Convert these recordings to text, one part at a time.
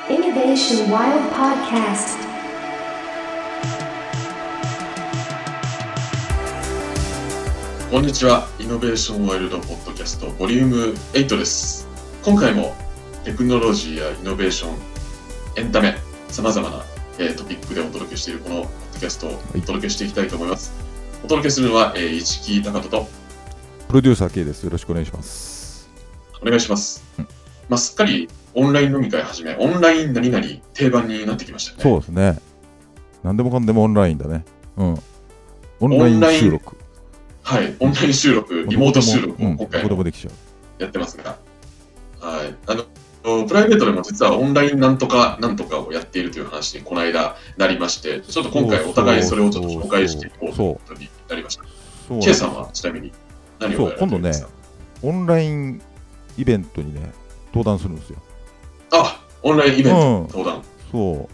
Innovation Wild Podcast. こんにちは。イノベーションワイルドポッドキャストボリューム8です。今回もテクノロジーやイノベーション、エンタメ、様々なトピックでお届けしているこのポッドキャストをお届けしていきたいと思います。お届けするのは市木隆人とプロデューサー K です。よろしくお願いします。 お願いします。すっかりオンライン飲み会はじめ、オンライン何々定番になってきましたね。 そうですね。何でもかんでもオンラインだね。オンライン収録。 はい、オンライン収録、リモート収録を今回もやってますが、はい、プライベートでも実はオンラインなんとかなんとかをやっているという話にこの間なりまして、ちょっと今回お互いそれをちょっと紹介していこうということになりました。K さんはちなみに何をやられているんですか？ 今度ね、オンラインイベントにね、登壇するんですよ。 あ、オンラインイベント、登壇。 そう。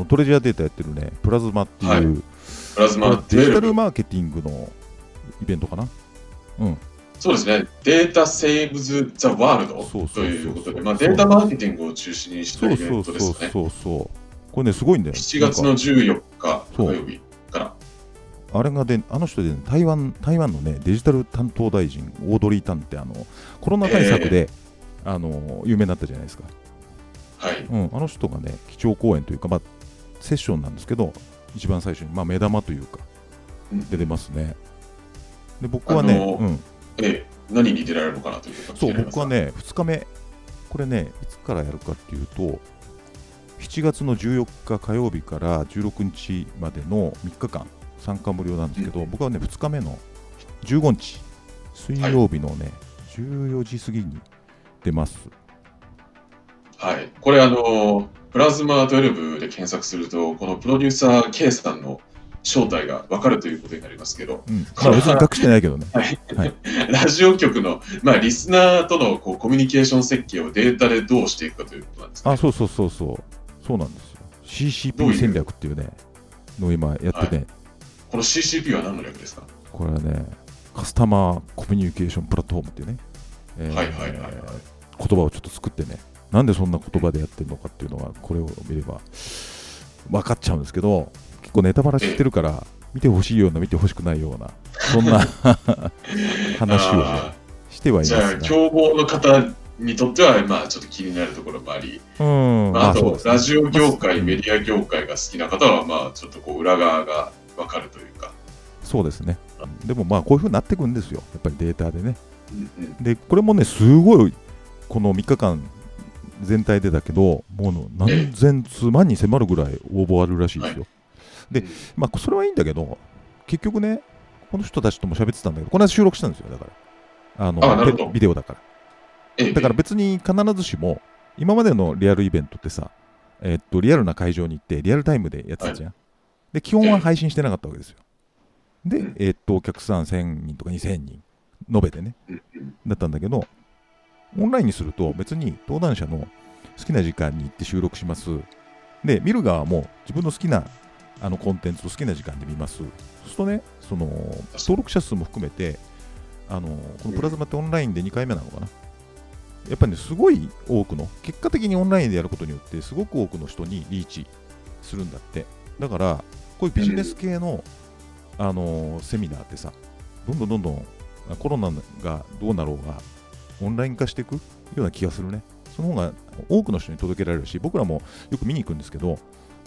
トレジャーデータやってるね、プラズマっていう、 プラズマデジタルマーケティングのイベントかな。 そうですね。データセーブズ・ザ・ワールドということで、データマーケティングを中心にしたイベントですね。 そう。これね、すごいんだよ。 7月の14日火曜日から。 あれがで、あの人で、台湾のね、デジタル担当大臣、オードリー・タンって、コロナ対策で、有名になったじゃないですか。 はい。 あの人がね、基調講演というか、セッションなんですけど、一番最初に、目玉というか、出てますね。で、僕はね、 何に出られるのかなというか。 そう、僕はね、2日目、これね、いつからやるかっていうと、7月の14日火曜日から16日までの3日間、参加無料なんですけど、僕はね、2日目の15日、水曜日のね、14時過ぎに出ます。 はい。これ、プラズマ12で検索すると、このプロデューサー K さんの正体が分かるということになりますけど、 別に隠してないけどね。 ラジオ局の、リスナーとのコミュニケーション設計をデータでどうしていくかということなんですか、ね。 そうなんですよ。CCP 戦略っていうね、のを今やってね。 この CCP は何の略ですか？ これはね、カスタマーコミュニケーションプラットフォームっていうね、言葉をちょっと作ってね、なんでそんな言葉でやってるのかっていうのは、これを見れば分かっちゃうんですけど、結構ネタバラ知ってるから、見てほしいような、見てほしくないような、そんな話を、ね、してはいますが。 じゃあ、競合の方にとっては、ちょっと気になるところもあり、あと、ラジオ業界、メディア業界が好きな方は、ちょっと裏側が分かるというか。 そうですね。でもこういう風になっていくんですよ。やっぱりデータでね。で、これもね、すごい、この3日間全体でだけど、もう何千通万に迫るぐらい応募あるらしいですよ。で、それはいいんだけど、結局ね、この人たちとも喋ってたんだけど、この間収録したんですよ。だからビデオだから。だから別に必ずしも、今までのリアルイベントってさ、リアルな会場に行って、リアルタイムでやってたじゃん。で、基本は配信してなかったわけですよ。で、お客さん1000人とか2000人延べてね、だったんだけど、オンラインにすると別に登壇者の好きな時間に行って収録します。で、見る側も自分の好きなコンテンツを好きな時間で見ます。そうするとね、登録者数も含めて、このプラズマってオンラインで2回目なのかな。やっぱりね、すごい多くの、結果的にオンラインでやることによって、すごく多くの人にリーチするんだって。だから、こういうビジネス系の、セミナーってさ、どんどんコロナがどうなろうが、オンライン化していくような気がするね。その方が多くの人に届けられるし、僕らもよく見に行くんですけど、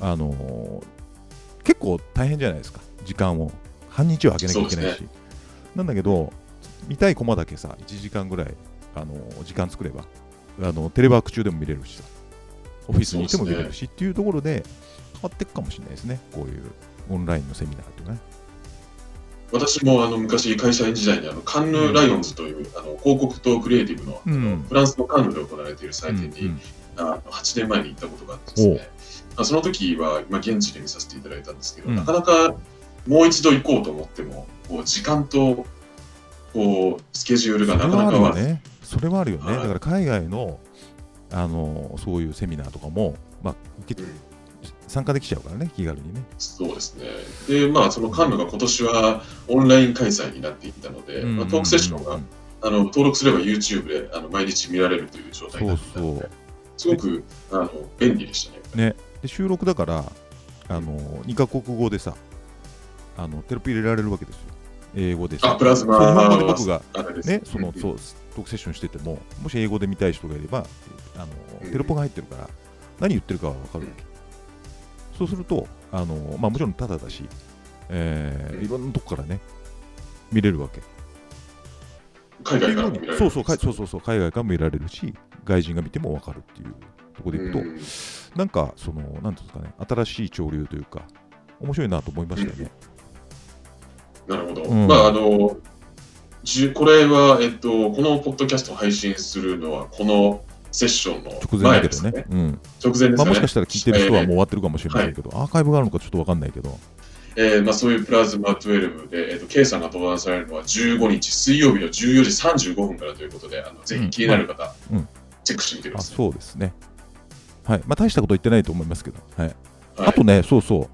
結構大変じゃないですか。時間を半日を空けなきゃいけないし、なんだけど見たいコマだけさ1時間ぐらい時間作ればテレワーク中でも見れるしさ、オフィスにいても見れるしっていうところで変わっていくかもしれないですね。こういうオンラインのセミナーとかね。 私も昔会社員時代にカンヌライオンズという広告とクリエイティブの、フランスのカンヌで行われている祭典に、8年前に行ったことがあってですね、その時は現地で見させていただいたんですけど、なかなかもう一度行こうと思っても時間とスケジュールがなかなか合わない。 それはあるよね。だから海外のそういうセミナーとかも参加できちゃうからね、気軽にね。 そうですね。で、そのカンヌが今年はオンライン開催になっていったので、トークセッションが登録すれば YouTube で毎日見られるという状態になっていたので、 すごく便利でしたね。 ね。で収録だから2カ国語でさテロップ入れられるわけですよ。英語でさ。 プラズマ日本語で僕がね、 そうトークセッションしてても、もし英語で見たい人がいればテロップが入ってるから何言ってるかは分かるわけ。そうするともちろんタダだし、いろんなとこからね見れるわけ。 海外からも見られる。 そう海外からも見られるし、外人が見ても分かるっていうところでいくと、なんかなんていうんですかね、新しい潮流というか面白いなと思いましたよね。 なるほど。これはこのポッドキャストを配信するのはこのセッションの前ですね。直前ですね。 もしかしたら聞いてる人はもう終わってるかもしれませんけど、アーカイブがあるのかちょっと分かんないけど。 そういうプラズマ12で、K さんが登壇されるのは15日水曜日の14時35分からということで、ぜひ気になる方、チェックしてみてください。 そうですね。はい。大したこと言ってないと思いますけど。はい。あとね、そうそう。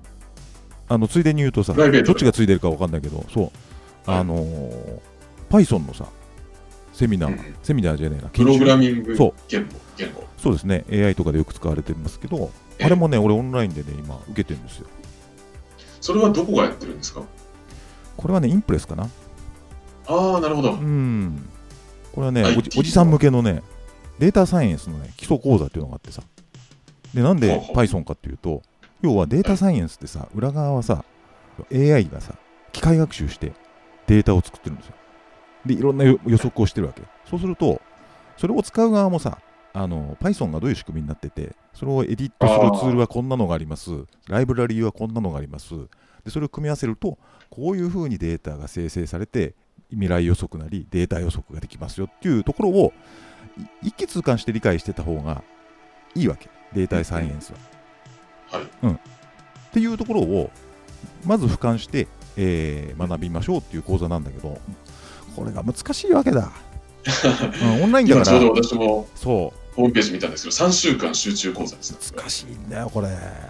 ついでに言うとさ、どっちがついでるか分かんないけど、Python のさ、セミナーじゃねえな、 プログラミング言語。 そうですね。AI とかでよく使われてますけど、あれもね、俺オンラインでね、今受けてるんですよ。 それはどこがやってるんですか？ これはね、インプレスかな。 なるほど。 これはね、おじさん向けのね、データサイエンスのね、基礎講座っていうのがあってさ。で、なんで Python かっていうと、要はデータサイエンスってさ、裏側はさ、AI がさ、機械学習してデータを作ってるんですよ。で、いろんな予測をしてるわけ。そうすると、それを使う側もさ、Python がどういう仕組みになってて、それをエディットするツールはこんなのがあります。ライブラリーはこんなのがあります。で、それを組み合わせると、こういうふうにデータが生成されて、未来予測なりデータ予測ができますよっていうところを一気通貫して理解してた方がいいわけ。データサイエンスは。っていうところをまず俯瞰して、学びましょうっていう講座なんだけど、これが難しいわけだ。オンラインだから。 今ちょうど私もホームページ見たんですけど、3週間集中講座です。 難しいんだよこれ。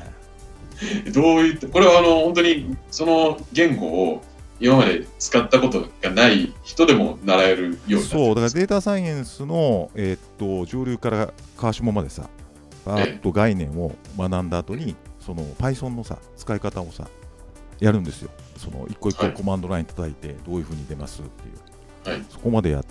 これは本当にその言語を今まで使ったことがない人でも習えるようになってます。 そうだからデータサイエンスの、上流から川下までさ、概念を学んだ後にその Python のさ使い方をさやるんですよ。その一個一個コマンドライン叩いてどういう風に出ますっていう、そこまでやって、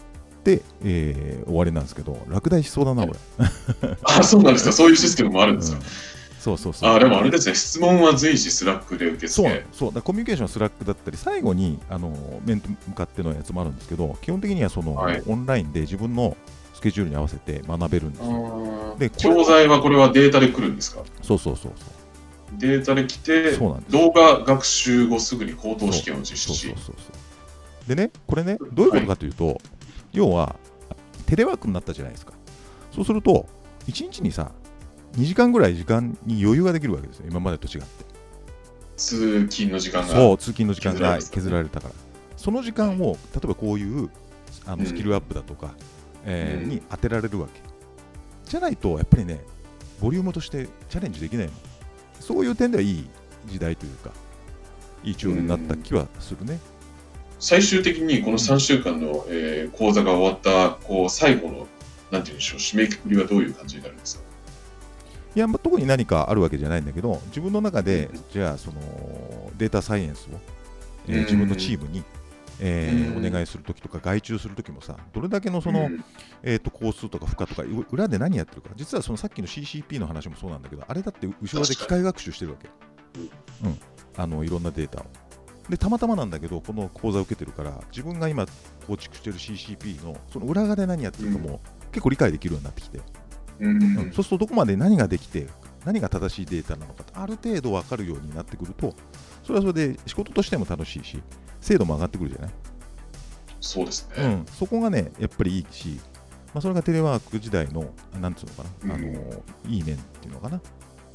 終わりなんですけど、落第しそうだな、これ。 そうなんですか。そういうシステムもあるんですよ。 そうでもあれですね、質問は随時スラックで受け付け。 そうだ、コミュニケーションはスラックだったり、最後に面と向かってのやつもあるんですけど、基本的にはその、オンラインで自分のスケジュールに合わせて学べるんですよ。 で、教材はこれはデータで来るんですか？ そう。 データで来て、動画学習後すぐに口頭試験を実施し。 でね、これね、どういうことかというと、要はテレワークになったじゃないですか。そうすると、1日にさ、2時間ぐらい時間に余裕ができるわけですよ、今までと違って。 通勤の時間が。 通勤の時間が削られたから。その時間を、例えばこういうスキルアップだとか、に当てられるわけ。じゃないと、やっぱりね、ボリュームとしてチャレンジできないの。そういう点ではいい時代というか、いい潮流になった気はするね。 最終的にこの3週間の、講座が終わった最後のなんていうんでしょう、締めくくりはどういう感じになるんですか？ いや、特に何かあるわけじゃないんだけど、自分の中で、じゃあそのデータサイエンスを、自分のチームに、お願いするときとか外注するときもさ、どれだけのその、工数とか負荷とか裏で何やってるか、実はそのさっきの CCP の話もそうなんだけど、あれだって後ろで機械学習してるわけ。いろんなデータを。で、たまたまなんだけど、この講座を受けてるから、自分が今構築してる CCP のその裏側で何やってるかも結構理解できるようになってきて、そうするとどこまで何ができて、何が正しいデータなのかとある程度分かるようになってくると、それはそれで仕事としても楽しいし、精度も上がってくるじゃない。 そうですね。 そこがね、やっぱりいいし、それがテレワーク時代の、なんつうのかな、いい面っていうのかな。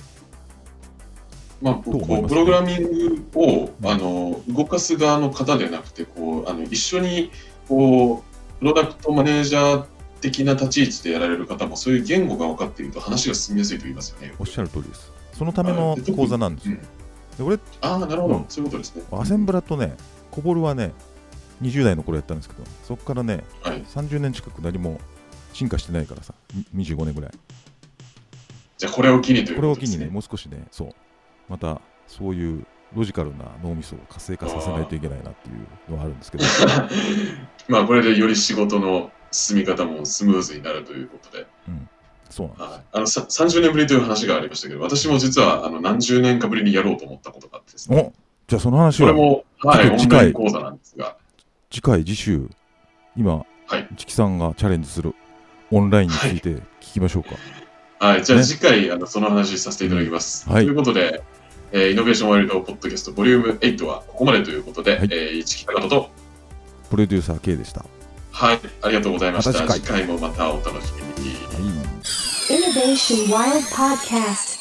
プログラミングを動かす側の方でなくて、一緒にプロダクトマネージャー的な立ち位置でやられる方も、そういう言語が分かっていると話が進みやすいと言いますよね。 おっしゃる通りです。そのための講座なんですよ。 なるほど、そういうことですね。 アセンブラとね、コボルはね、20代の頃やったんですけど、そこからね、30年近く何も進化してないからさ、25年ぐらい。 じゃあこれを機にというこれことですね。 を機にね、もう少しね、そう、またそういうロジカルな脳みそを活性化させないといけないなっていうのはあるんですけど。 まあこれでより仕事の進み方もスムーズになるということで。 うん、そうなんです。 30年ぶりという話がありましたけど、私も実は何十年かぶりにやろうと思ったことがあってですね。 お、じゃあその話はこれも、はい、オンライン講座なんですが。 次週、今、 はい、 チキさんがチャレンジするオンラインについて聞きましょうか。 はい、じゃあ次回、その話させていただきます。 はい、 ということで、イノベーションワイルドポッドキャストボリューム8はここまでということで、はい、チキタカトとプロデューサー K でした。 はい、ありがとうございました。 また次回もまたお楽しみに。 はい、 Innovation Wild Podcast